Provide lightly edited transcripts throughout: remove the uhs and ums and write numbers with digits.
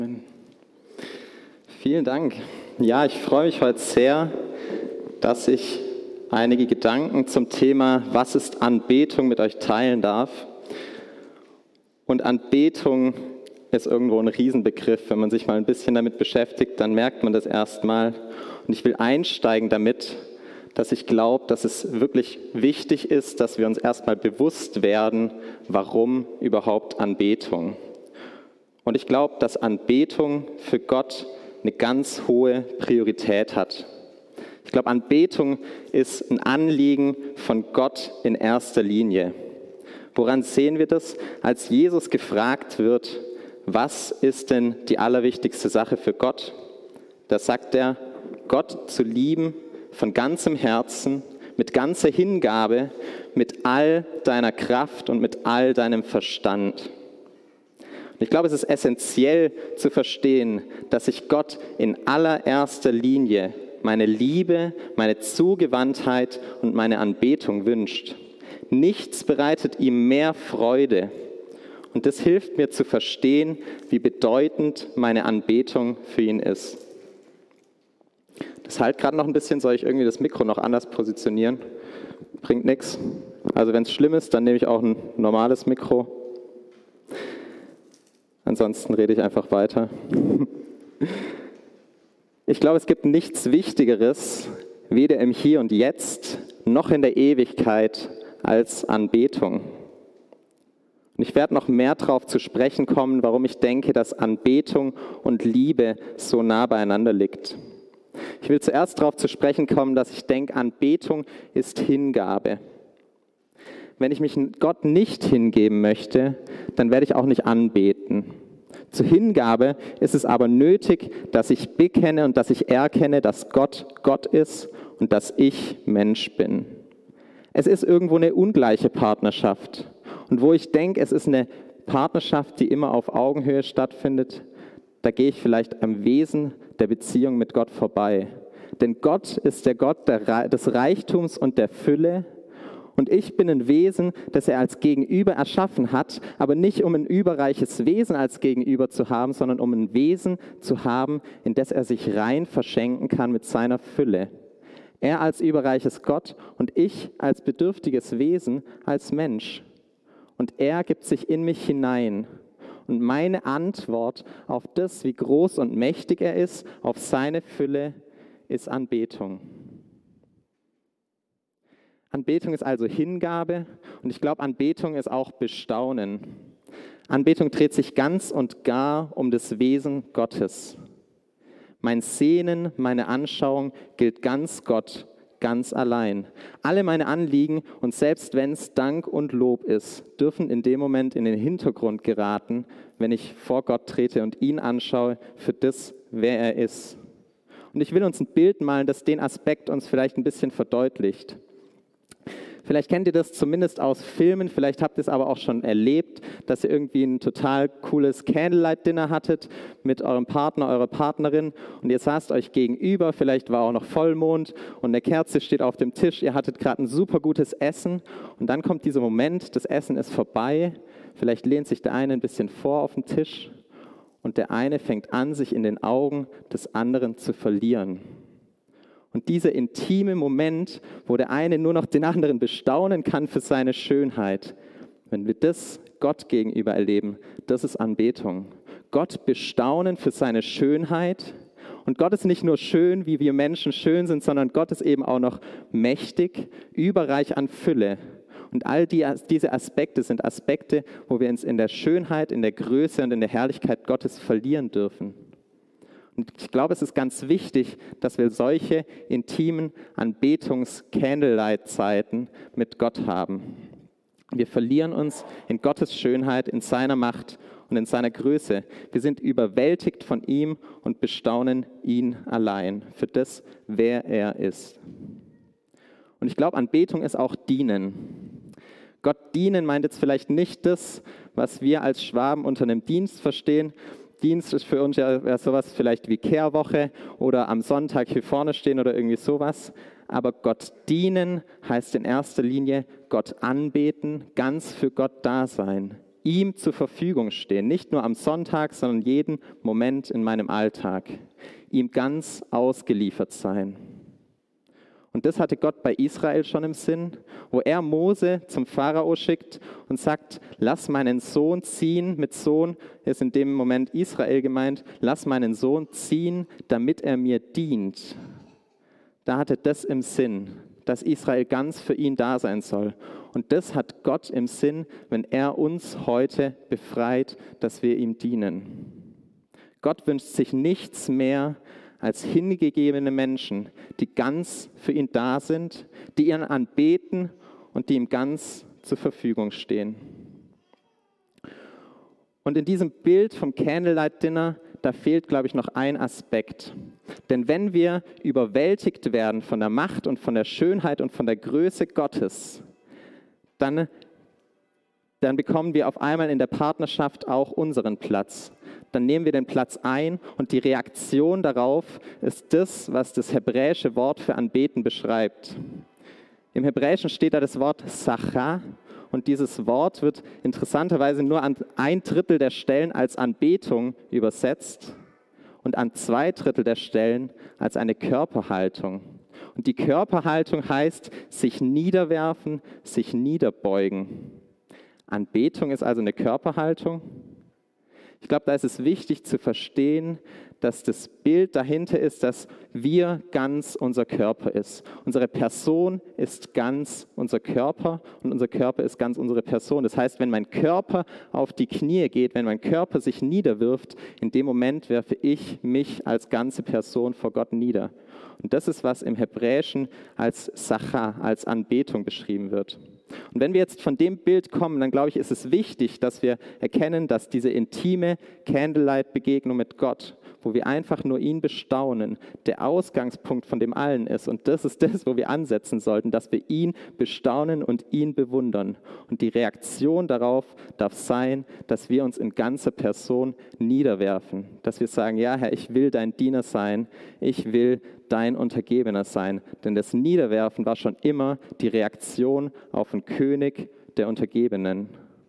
Vielen Dank. Ja, ich freue mich heute sehr, dass ich einige Gedanken zum Thema Was ist Anbetung mit euch teilen darf. Und Anbetung ist irgendwo ein Riesenbegriff. Wenn man sich mal ein bisschen damit beschäftigt, dann merkt man das erstmal. Und ich will einsteigen damit, dass ich glaube, dass es wirklich wichtig ist, dass wir uns erstmal bewusst werden, warum überhaupt Anbetung. Und ich glaube, dass Anbetung für Gott eine ganz hohe Priorität hat. Ich glaube, Anbetung ist ein Anliegen von Gott in erster Linie. Woran sehen wir das? Als Jesus gefragt wird, was ist denn die allerwichtigste Sache für Gott? Da sagt er, Gott zu lieben von ganzem Herzen, mit ganzer Hingabe, mit all deiner Kraft und mit all deinem Verstand. Ich glaube, es ist essentiell zu verstehen, dass sich Gott in allererster Linie meine Liebe, meine Zugewandtheit und meine Anbetung wünscht. Nichts bereitet ihm mehr Freude. Und das hilft mir zu verstehen, wie bedeutend meine Anbetung für ihn ist. Das halt gerade noch ein bisschen, soll ich irgendwie das Mikro noch anders positionieren? Bringt nichts. Also wenn es schlimm ist, dann nehme ich auch ein normales Mikro. Ansonsten rede ich einfach weiter. Ich glaube, es gibt nichts Wichtigeres, weder im Hier und Jetzt noch in der Ewigkeit, als Anbetung. Und ich werde noch mehr darauf zu sprechen kommen, warum ich denke, dass Anbetung und Liebe so nah beieinander liegt. Ich will zuerst darauf zu sprechen kommen, dass ich denke, Anbetung ist Hingabe. Wenn ich mich Gott nicht hingeben möchte, dann werde ich auch nicht anbeten. Zur Hingabe ist es aber nötig, dass ich bekenne und dass ich erkenne, dass Gott Gott ist und dass ich Mensch bin. Es ist irgendwo eine ungleiche Partnerschaft. Und wo ich denke, es ist eine Partnerschaft, die immer auf Augenhöhe stattfindet, da gehe ich vielleicht am Wesen der Beziehung mit Gott vorbei. Denn Gott ist der Gott des Reichtums und der Fülle. Und ich bin ein Wesen, das er als Gegenüber erschaffen hat, aber nicht um ein überreiches Wesen als Gegenüber zu haben, sondern um ein Wesen zu haben, in das er sich rein verschenken kann mit seiner Fülle. Er als überreiches Gott und ich als bedürftiges Wesen, als Mensch. Und er gibt sich in mich hinein. Und meine Antwort auf das, wie groß und mächtig er ist, auf seine Fülle, ist Anbetung. Anbetung ist also Hingabe und ich glaube, Anbetung ist auch Bestaunen. Anbetung dreht sich ganz und gar um das Wesen Gottes. Mein Sehnen, meine Anschauung gilt ganz Gott, ganz allein. Alle meine Anliegen und selbst wenn es Dank und Lob ist, dürfen in dem Moment in den Hintergrund geraten, wenn ich vor Gott trete und ihn anschaue für das, wer er ist. Und ich will uns ein Bild malen, das den Aspekt uns vielleicht ein bisschen verdeutlicht. Vielleicht kennt ihr das zumindest aus Filmen, vielleicht habt ihr es aber auch schon erlebt, dass ihr irgendwie ein total cooles Candlelight-Dinner hattet mit eurem Partner, eurer Partnerin und ihr saßt euch gegenüber, vielleicht war auch noch Vollmond und eine Kerze steht auf dem Tisch, ihr hattet gerade ein super gutes Essen und dann kommt dieser Moment, das Essen ist vorbei, vielleicht lehnt sich der eine ein bisschen vor auf den Tisch und der eine fängt an, sich in den Augen des anderen zu verlieren. Und dieser intime Moment, wo der eine nur noch den anderen bestaunen kann für seine Schönheit, wenn wir das Gott gegenüber erleben, das ist Anbetung. Gott bestaunen für seine Schönheit. Und Gott ist nicht nur schön, wie wir Menschen schön sind, sondern Gott ist eben auch noch mächtig, überreich an Fülle. Und all diese Aspekte sind Aspekte, wo wir uns in der Schönheit, in der Größe und in der Herrlichkeit Gottes verlieren dürfen. Und ich glaube, es ist ganz wichtig, dass wir solche intimen Anbetungs-Candlelight-Zeiten mit Gott haben. Wir verlieren uns in Gottes Schönheit, in seiner Macht und in seiner Größe. Wir sind überwältigt von ihm und bestaunen ihn allein für das, wer er ist. Und ich glaube, Anbetung ist auch Dienen. Gott dienen meint jetzt vielleicht nicht das, was wir als Schwaben unter einem Dienst verstehen. Dienst ist für uns ja sowas vielleicht wie Kehrwoche oder am Sonntag hier vorne stehen oder irgendwie sowas. Aber Gott dienen heißt in erster Linie Gott anbeten, ganz für Gott da sein. ihm zur Verfügung stehen. Nicht nur am Sonntag, sondern jeden Moment in meinem Alltag. Ihm ganz ausgeliefert sein. Und das hatte Gott bei Israel schon im Sinn, wo er Mose zum Pharao schickt und sagt, lass meinen Sohn ziehen. Mit Sohn ist in dem Moment Israel gemeint. Lass meinen Sohn ziehen, damit er mir dient. Da hatte das im Sinn, dass Israel ganz für ihn da sein soll. Und das hat Gott im Sinn, wenn er uns heute befreit, dass wir ihm dienen. Gott wünscht sich nichts mehr als hingegebene Menschen, die ganz für ihn da sind, die ihn anbeten und die ihm ganz zur Verfügung stehen. Und in diesem Bild vom Candlelight Dinner, da fehlt, glaube ich, noch ein Aspekt. Denn wenn wir überwältigt werden von der Macht und von der Schönheit und von der Größe Gottes, dann bekommen wir auf einmal in der Partnerschaft auch unseren Platz. Dann nehmen wir den Platz ein und die Reaktion darauf ist das, was das hebräische Wort für Anbeten beschreibt. Im Hebräischen steht da das Wort Sacha und dieses Wort wird interessanterweise nur an 1/3 der Stellen als Anbetung übersetzt und an 2/3 der Stellen als eine Körperhaltung. Und die Körperhaltung heißt sich niederwerfen, sich niederbeugen. Anbetung ist also eine Körperhaltung. Ich glaube, da ist es wichtig zu verstehen, dass das Bild dahinter ist, dass wir ganz unser Körper ist. Unsere Person ist ganz unser Körper und unser Körper ist ganz unsere Person. Das heißt, wenn mein Körper auf die Knie geht, wenn mein Körper sich niederwirft, in dem Moment werfe ich mich als ganze Person vor Gott nieder. Und das ist, was im Hebräischen als Sacha, als Anbetung beschrieben wird. Und wenn wir jetzt von dem Bild kommen, dann glaube ich, ist es wichtig, dass wir erkennen, dass diese intime Candlelight-Begegnung mit Gott, wo wir einfach nur ihn bestaunen, der Ausgangspunkt von dem allen ist. Und das ist das, wo wir ansetzen sollten, dass wir ihn bestaunen und ihn bewundern. Und die Reaktion darauf darf sein, dass wir uns in ganzer Person niederwerfen. Dass wir sagen, ja Herr, ich will dein Diener sein, ich will dein Untergebener sein. Denn das Niederwerfen war schon immer die Reaktion auf einen König der Untergebenen.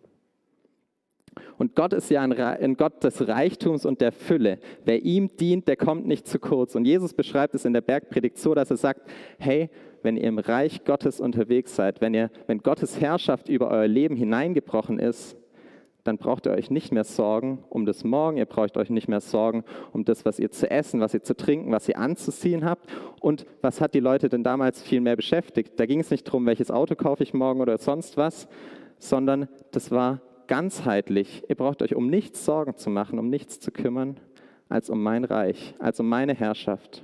Und Gott ist ja ein Gott des Reichtums und der Fülle. Wer ihm dient, der kommt nicht zu kurz. Und Jesus beschreibt es in der Bergpredigt so, dass er sagt, hey, wenn ihr im Reich Gottes unterwegs seid, wenn Gottes Herrschaft über euer Leben hineingebrochen ist, dann braucht ihr euch nicht mehr sorgen um das Morgen, ihr braucht euch nicht mehr sorgen um das, was ihr zu essen, was ihr zu trinken, was ihr anzuziehen habt. Und was hat die Leute denn damals viel mehr beschäftigt? Da ging es nicht darum, welches Auto kaufe ich morgen oder sonst was, sondern das war ganzheitlich. Ihr braucht euch um nichts Sorgen zu machen, um nichts zu kümmern, als um mein Reich, als um meine Herrschaft.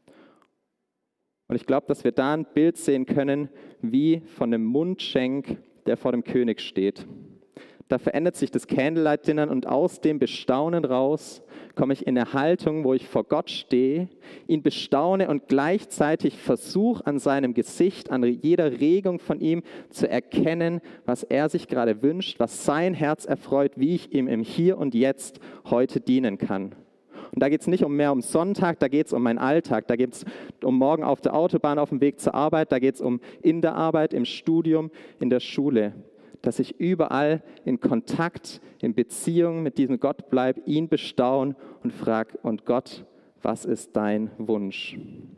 Und ich glaube, dass wir da ein Bild sehen können, wie von einem Mundschenk, der vor dem König steht. Da verändert sich das Candlelight-Dinner und aus dem Bestaunen raus komme ich in eine Haltung, wo ich vor Gott stehe, ihn bestaune und gleichzeitig versuche an seinem Gesicht, an jeder Regung von ihm zu erkennen, was er sich gerade wünscht, was sein Herz erfreut, wie ich ihm im Hier und Jetzt heute dienen kann. Und da geht es nicht mehr um Sonntag, da geht es um meinen Alltag, da geht es um morgen auf der Autobahn, auf dem Weg zur Arbeit, da geht es um in der Arbeit, im Studium, in der Schule. Dass ich überall in Kontakt, in Beziehung mit diesem Gott bleibe, ihn bestaune und frage, und Gott, was ist dein Wunsch?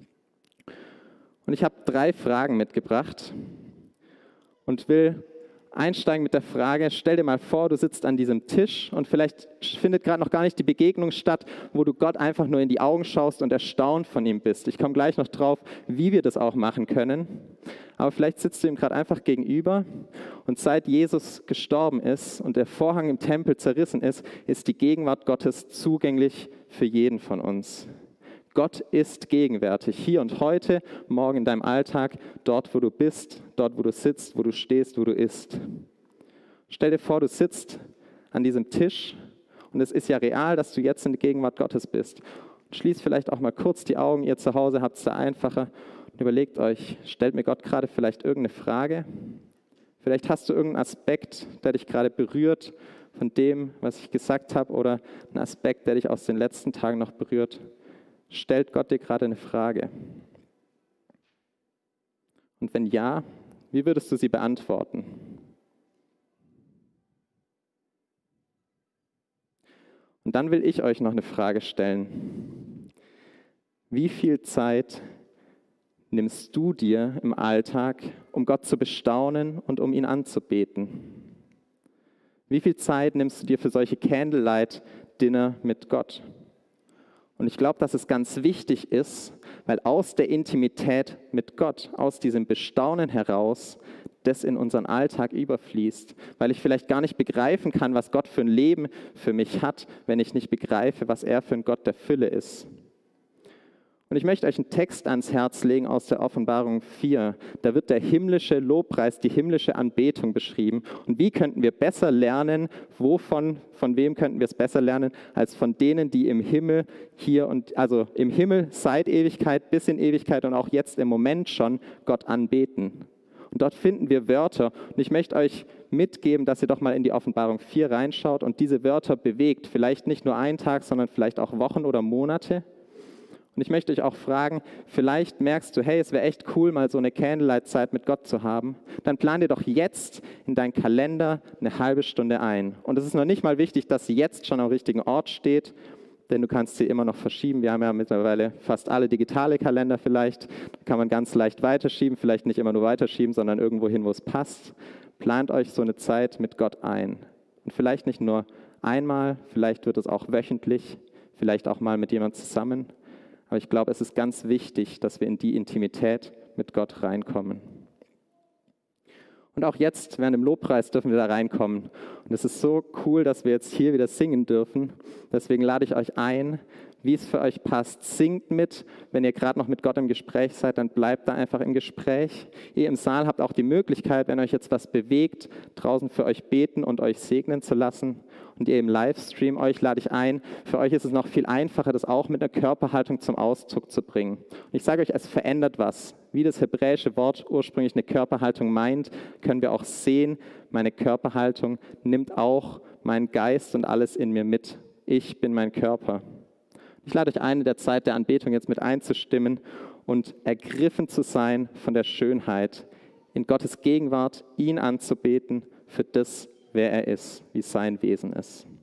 Und ich habe 3 Fragen mitgebracht und will einsteigen mit der Frage, stell dir mal vor, du sitzt an diesem Tisch und vielleicht findet gerade noch gar nicht die Begegnung statt, wo du Gott einfach nur in die Augen schaust und erstaunt von ihm bist. Ich komme gleich noch drauf, wie wir das auch machen können. Aber vielleicht sitzt du ihm gerade einfach gegenüber und seit Jesus gestorben ist und der Vorhang im Tempel zerrissen ist, ist die Gegenwart Gottes zugänglich für jeden von uns. Gott ist gegenwärtig, hier und heute, morgen in deinem Alltag, dort, wo du bist, dort, wo du sitzt, wo du stehst, wo du isst. Stell dir vor, du sitzt an diesem Tisch und es ist ja real, dass du jetzt in der Gegenwart Gottes bist. Schließt vielleicht auch mal kurz die Augen, ihr zu Hause habt es da einfacher und überlegt euch, stellt mir Gott gerade vielleicht irgendeine Frage? Vielleicht hast du irgendeinen Aspekt, der dich gerade berührt von dem, was ich gesagt habe oder einen Aspekt, der dich aus den letzten Tagen noch berührt. Stellt Gott dir gerade eine Frage? Und wenn ja, wie würdest du sie beantworten? Und dann will ich euch noch eine Frage stellen. Wie viel Zeit nimmst du dir im Alltag, um Gott zu bestaunen und um ihn anzubeten? Wie viel Zeit nimmst du dir für solche Candlelight-Dinner mit Gott? Und ich glaube, dass es ganz wichtig ist, weil aus der Intimität mit Gott, aus diesem Bestaunen heraus, das in unseren Alltag überfließt, weil ich vielleicht gar nicht begreifen kann, was Gott für ein Leben für mich hat, wenn ich nicht begreife, was er für ein Gott der Fülle ist. Und ich möchte euch einen Text ans Herz legen aus der Offenbarung 4. Da wird der himmlische Lobpreis, die himmlische Anbetung beschrieben. Und wie könnten wir besser lernen, von wem könnten wir es besser lernen, als von denen, die im Himmel also im Himmel seit Ewigkeit bis in Ewigkeit und auch jetzt im Moment schon Gott anbeten. Und dort finden wir Wörter. Und ich möchte euch mitgeben, dass ihr doch mal in die Offenbarung 4 reinschaut und diese Wörter bewegt. Vielleicht nicht nur einen Tag, sondern vielleicht auch Wochen oder Monate. Und ich möchte euch auch fragen, vielleicht merkst du, hey, es wäre echt cool, mal so eine Candlelight-Zeit mit Gott zu haben. Dann plan dir doch jetzt in deinen Kalender eine halbe Stunde ein. Und es ist noch nicht mal wichtig, dass sie jetzt schon am richtigen Ort steht, denn du kannst sie immer noch verschieben. Wir haben ja mittlerweile fast alle digitale Kalender vielleicht. Da kann man ganz leicht weiterschieben, vielleicht nicht immer nur weiterschieben, sondern irgendwo hin, wo es passt. Plant euch so eine Zeit mit Gott ein. Und vielleicht nicht nur einmal, vielleicht wird es auch wöchentlich, vielleicht auch mal mit jemandem zusammen. Aber ich glaube, es ist ganz wichtig, dass wir in die Intimität mit Gott reinkommen. Und auch jetzt, während dem Lobpreis, dürfen wir da reinkommen. Und es ist so cool, dass wir jetzt hier wieder singen dürfen. Deswegen lade ich euch ein, wie es für euch passt. Singt mit. Wenn ihr gerade noch mit Gott im Gespräch seid, dann bleibt da einfach im Gespräch. Ihr im Saal habt auch die Möglichkeit, wenn euch jetzt was bewegt, draußen für euch beten und euch segnen zu lassen. Und ihr im Livestream, euch lade ich ein. Für euch ist es noch viel einfacher, das auch mit einer Körperhaltung zum Ausdruck zu bringen. Und ich sage euch, es verändert was. Wie das hebräische Wort ursprünglich eine Körperhaltung meint, können wir auch sehen, meine Körperhaltung nimmt auch meinen Geist und alles in mir mit. Ich bin mein Körper. Ich lade euch ein, in der Zeit der Anbetung jetzt mit einzustimmen und ergriffen zu sein von der Schönheit, in Gottes Gegenwart ihn anzubeten für das, wer er ist, wie sein Wesen ist.